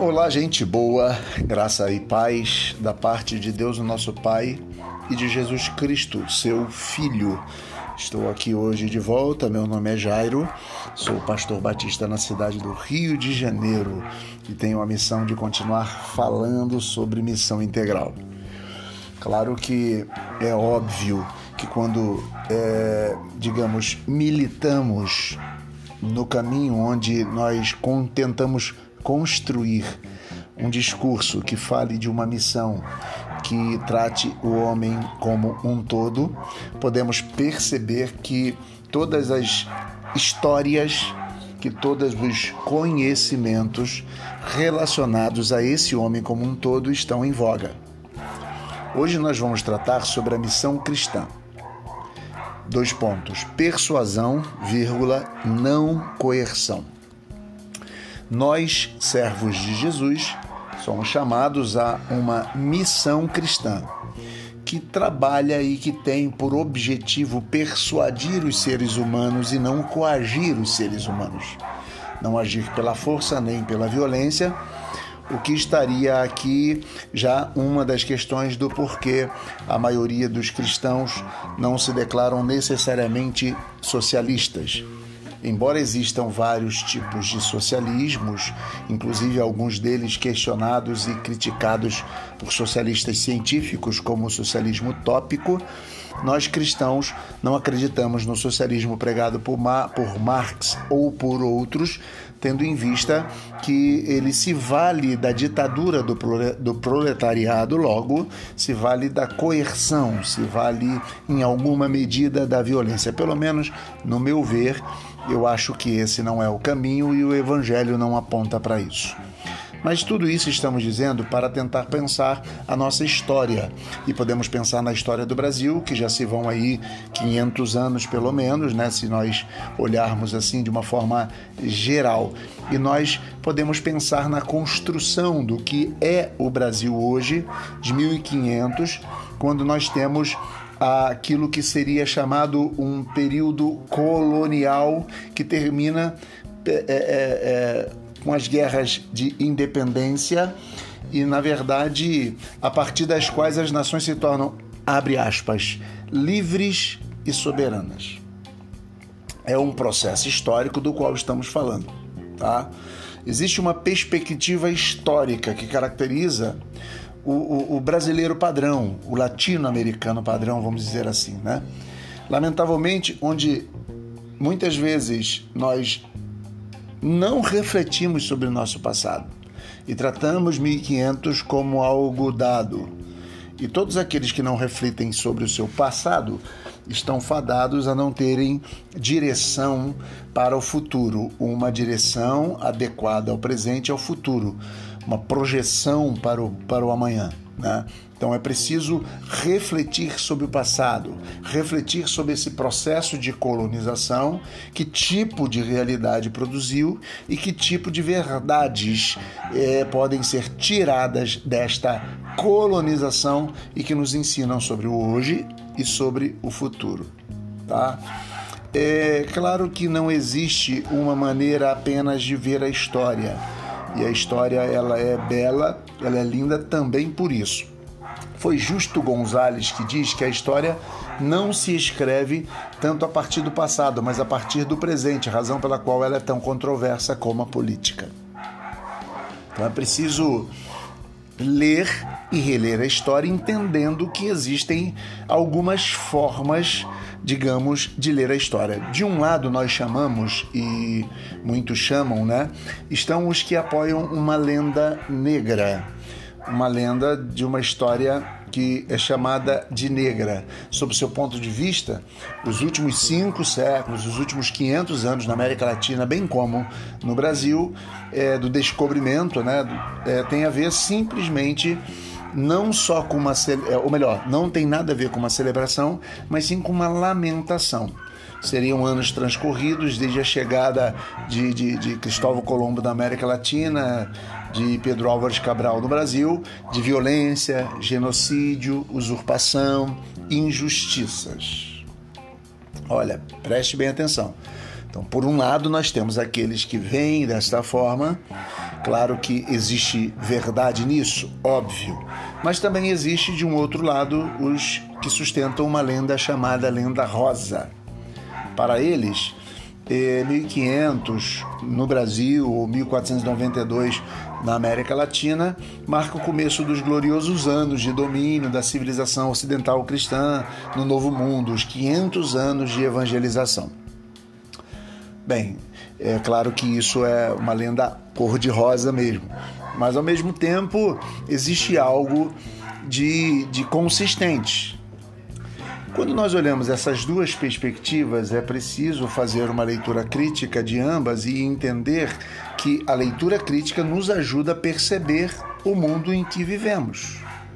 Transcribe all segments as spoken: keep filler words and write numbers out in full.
Olá, gente boa, graça e paz da parte de Deus, o nosso Pai, e de Jesus Cristo, seu Filho. Estou aqui hoje de volta, meu nome é Jairo, sou pastor batista na cidade do Rio de Janeiro e tenho a missão de continuar falando sobre missão integral. Claro que é óbvio que quando, é, digamos, militamos no caminho onde nós tentamos construir um discurso que fale de uma missão que trate o homem como um todo, podemos perceber que todas as histórias, que todos os conhecimentos relacionados a esse homem como um todo estão em voga. Hoje nós vamos tratar sobre a missão cristã. Dois pontos: persuasão, vírgula, não coerção. Nós, servos de Jesus, somos chamados a uma missão cristã que trabalha e que tem por objetivo persuadir os seres humanos e não coagir os seres humanos. Não agir pela força nem pela violência, o que estaria aqui já uma das questões do porquê a maioria dos cristãos não se declaram necessariamente socialistas. Embora existam vários tipos de socialismos, inclusive alguns deles questionados e criticados por socialistas científicos, como o socialismo utópico, nós cristãos não acreditamos no socialismo pregado por, Ma- por Marx ou por outros, tendo em vista que ele se vale da ditadura do, prole- do proletariado, logo se vale da coerção, se vale em alguma medida da violência. Pelo menos, no meu ver, eu acho que esse não é o caminho e o Evangelho não aponta para isso. Mas tudo isso estamos dizendo para tentar pensar a nossa história. E podemos pensar na história do Brasil, que já se vão aí quinhentos anos pelo menos, né? Se nós olharmos assim de uma forma geral. E nós podemos pensar na construção do que é o Brasil hoje, de mil e quinhentos, quando nós temos aquilo que seria chamado um período colonial que termina é, é, é, com as guerras de independência e, na verdade, a partir das quais as nações se tornam, abre aspas, livres e soberanas. É um processo histórico do qual estamos falando, tá? Existe uma perspectiva histórica que caracteriza O, o, o brasileiro padrão, o latino-americano padrão, vamos dizer assim, né? Lamentavelmente, onde muitas vezes nós não refletimos sobre o nosso passado e tratamos mil e quinhentos como algo dado. E todos aqueles que não refletem sobre o seu passado estão fadados a não terem direção para o futuro, uma direção adequada ao presente e ao futuro, uma projeção para o, para o amanhã, né? Então é preciso refletir sobre o passado, refletir sobre esse processo de colonização, que tipo de realidade produziu e que tipo de verdades é, podem ser tiradas desta colonização e que nos ensinam sobre o hoje e sobre o futuro, tá? É claro que não existe uma maneira apenas de ver a história. E a história, ela é bela, ela é linda também por isso. Foi Justo Gonzalez que diz que a história não se escreve tanto a partir do passado, mas a partir do presente, razão pela qual ela é tão controversa como a política. Então é preciso ler e reler a história entendendo que existem algumas formas, digamos, de ler a história. De um lado nós chamamos, e muitos chamam, né? Estão os que apoiam uma lenda negra, uma lenda de uma história que é chamada de negra. Sob o seu ponto de vista, os últimos cinco séculos, os últimos quinhentos anos na América Latina, bem como no Brasil, é, do descobrimento, né, é, tem a ver simplesmente não só com uma, ou melhor, não tem nada a ver com uma celebração, mas sim com uma lamentação. Seriam anos transcorridos desde a chegada de, de, de Cristóvão Colombo da América Latina, de Pedro Álvares Cabral no Brasil, de violência, genocídio, usurpação, injustiças. Olha, preste bem atenção. Então, por um lado, nós temos aqueles que veem desta forma Claro que existe verdade nisso, óbvio, mas também existe de um outro lado os que sustentam uma lenda chamada Lenda Rosa. Para eles, mil e quinhentos no Brasil ou mil quatrocentos e noventa e dois na América Latina marca o começo dos gloriosos anos de domínio da civilização ocidental cristã no Novo Mundo, os quinhentos anos de evangelização. Bem, é claro que isso é uma lenda cor-de-rosa mesmo, mas ao mesmo tempo existe algo de, de consistente. Quando nós olhamos essas duas perspectivas, é preciso fazer uma leitura crítica de ambas e entender que a leitura crítica nos ajuda a perceber o mundo em que vivemos.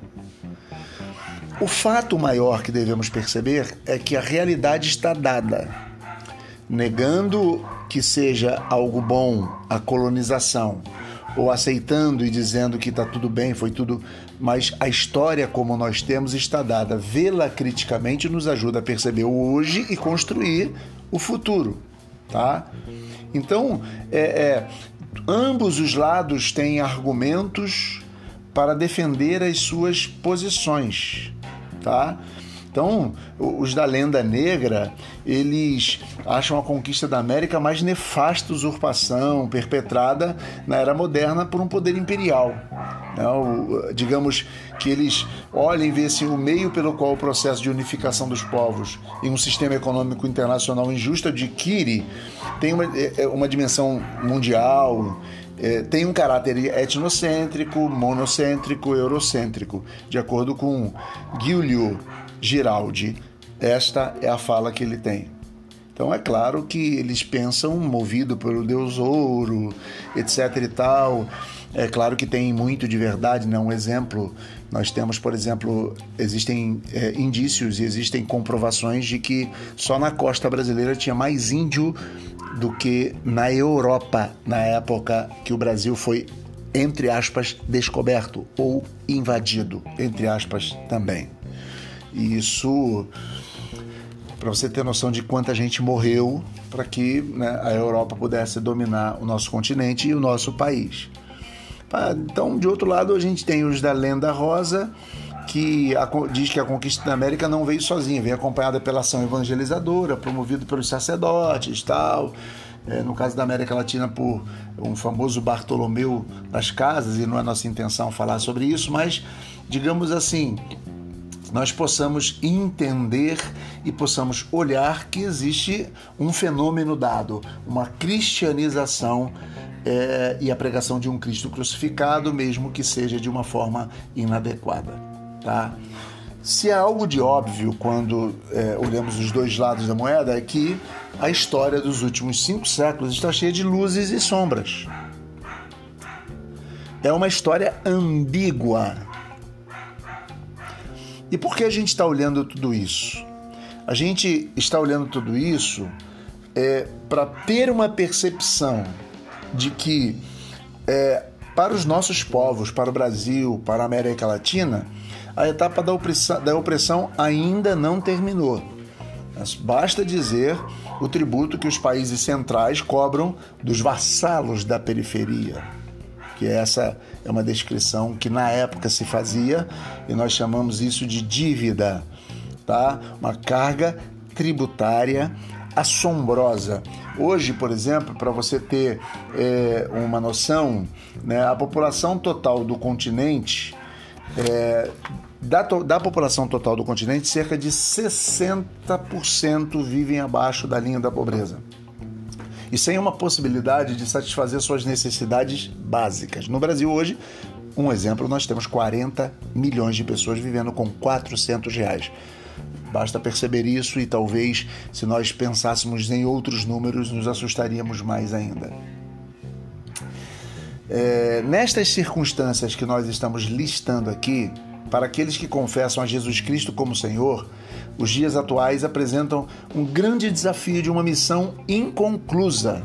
O fato maior que devemos perceber é que a realidade está dada. Negando que seja algo bom a colonização, ou aceitando e dizendo que está tudo bem, foi tudo... Mas a história como nós temos está dada. Vê-la criticamente nos ajuda a perceber o hoje e construir o futuro, tá? Então, é, é, ambos os lados têm argumentos para defender as suas posições, tá? Então, os da lenda negra, eles acham a conquista da América mais nefasta usurpação perpetrada na era moderna por um poder imperial. Não, digamos que eles olhem e veem assim, o meio pelo qual o processo de unificação dos povos em um sistema econômico internacional injusto adquire tem uma, uma dimensão mundial, é, tem um caráter etnocêntrico, monocêntrico, eurocêntrico, de acordo com Giulio Giraldi. Esta é a fala que ele tem. Então é claro que eles pensam movido pelo Deus Ouro, etc e tal. É claro que tem muito de verdade, né? Um exemplo, nós temos, por exemplo, existem é, indícios e existem comprovações de que só na costa brasileira tinha mais índio do que na Europa, na época que o Brasil foi, entre aspas, descoberto ou invadido, entre aspas, também. E isso, para você ter noção de quanta gente morreu para que, né, a Europa pudesse dominar o nosso continente e o nosso país. Então, de outro lado, a gente tem os da Lenda Rosa, que a, diz que a conquista da América não veio sozinha, veio acompanhada pela ação evangelizadora, promovida pelos sacerdotes, tal. É, no caso da América Latina, por um famoso Bartolomeu das Casas, e não é nossa intenção falar sobre isso, mas, digamos assim, nós possamos entender e possamos olhar que existe um fenômeno dado, uma cristianização é, e a pregação de um Cristo crucificado, mesmo que seja de uma forma inadequada, tá? Se há algo de óbvio quando é, olhamos os dois lados da moeda, é que a história dos últimos cinco séculos está cheia de luzes e sombras. É uma história ambígua. E por que a gente está olhando tudo isso? A gente está olhando tudo isso é, para ter uma percepção de que é, para os nossos povos, para o Brasil, para a América Latina, a etapa da opressão, da opressão ainda não terminou. Mas basta dizer o tributo que os países centrais cobram dos vassalos da periferia, que essa é uma descrição que na época se fazia e nós chamamos isso de dívida, tá? Uma carga tributária assombrosa. Hoje, por exemplo, para você ter é, uma noção, né, a população total do continente, é, da, da população total do continente, cerca de sessenta por cento vivem abaixo da linha da pobreza e sem uma possibilidade de satisfazer suas necessidades básicas. No Brasil hoje, um exemplo, nós temos quarenta milhões de pessoas vivendo com quatrocentos reais. Basta perceber isso e talvez, se nós pensássemos em outros números, nos assustaríamos mais ainda. É, nestas circunstâncias que nós estamos listando aqui, para aqueles que confessam a Jesus Cristo como Senhor, os dias atuais apresentam um grande desafio de uma missão inconclusa.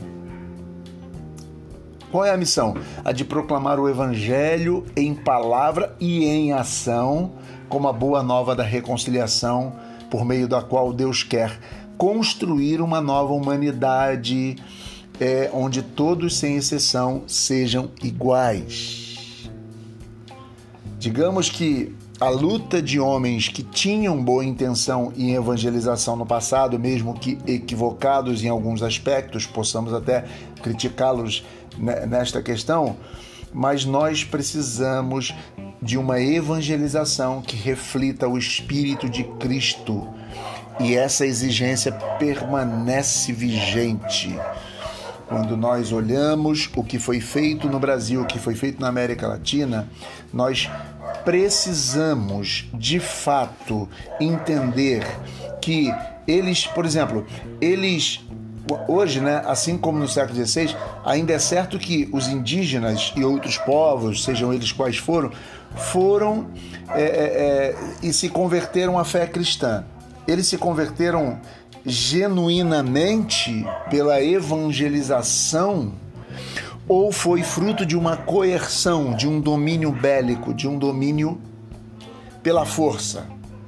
Qual é a missão? A de proclamar o Evangelho em palavra e em ação, como a boa nova da reconciliação, por meio da qual Deus quer construir uma nova humanidade é onde todos, sem exceção, sejam iguais. Digamos que a luta de homens que tinham boa intenção em evangelização no passado, mesmo que equivocados em alguns aspectos, possamos até criticá-los nesta questão, mas nós precisamos de uma evangelização que reflita o Espírito de Cristo. E essa exigência permanece vigente. Quando nós olhamos o que foi feito no Brasil, o que foi feito na América Latina, nós precisamos, de fato, entender que eles, por exemplo, eles, hoje, né, assim como no século dezesseis, ainda é certo que os indígenas e outros povos, sejam eles quais foram, foram é, é, e se converteram à fé cristã. Eles se converteram genuinamente pela evangelização ou foi fruto de uma coerção, de um domínio bélico, de um domínio pela força?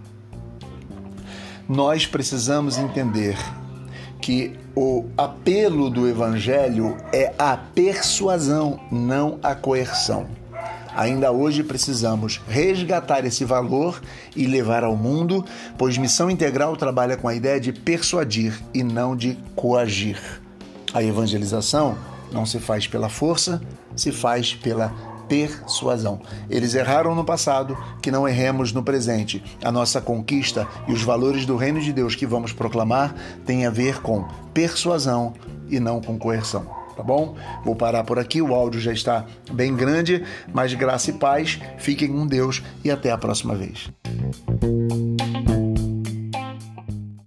Nós precisamos entender que o apelo do Evangelho é a persuasão, não a coerção. Ainda hoje precisamos resgatar esse valor e levar ao mundo, pois Missão Integral trabalha com a ideia de persuadir e não de coagir. A evangelização não se faz pela força, se faz pela persuasão. Eles erraram no passado, que não erremos no presente. A nossa conquista e os valores do reino de Deus que vamos proclamar têm a ver com persuasão e não com coerção. Tá bom? Vou parar por aqui, o áudio já está bem grande, mas graça e paz, fiquem com Deus e até a próxima vez.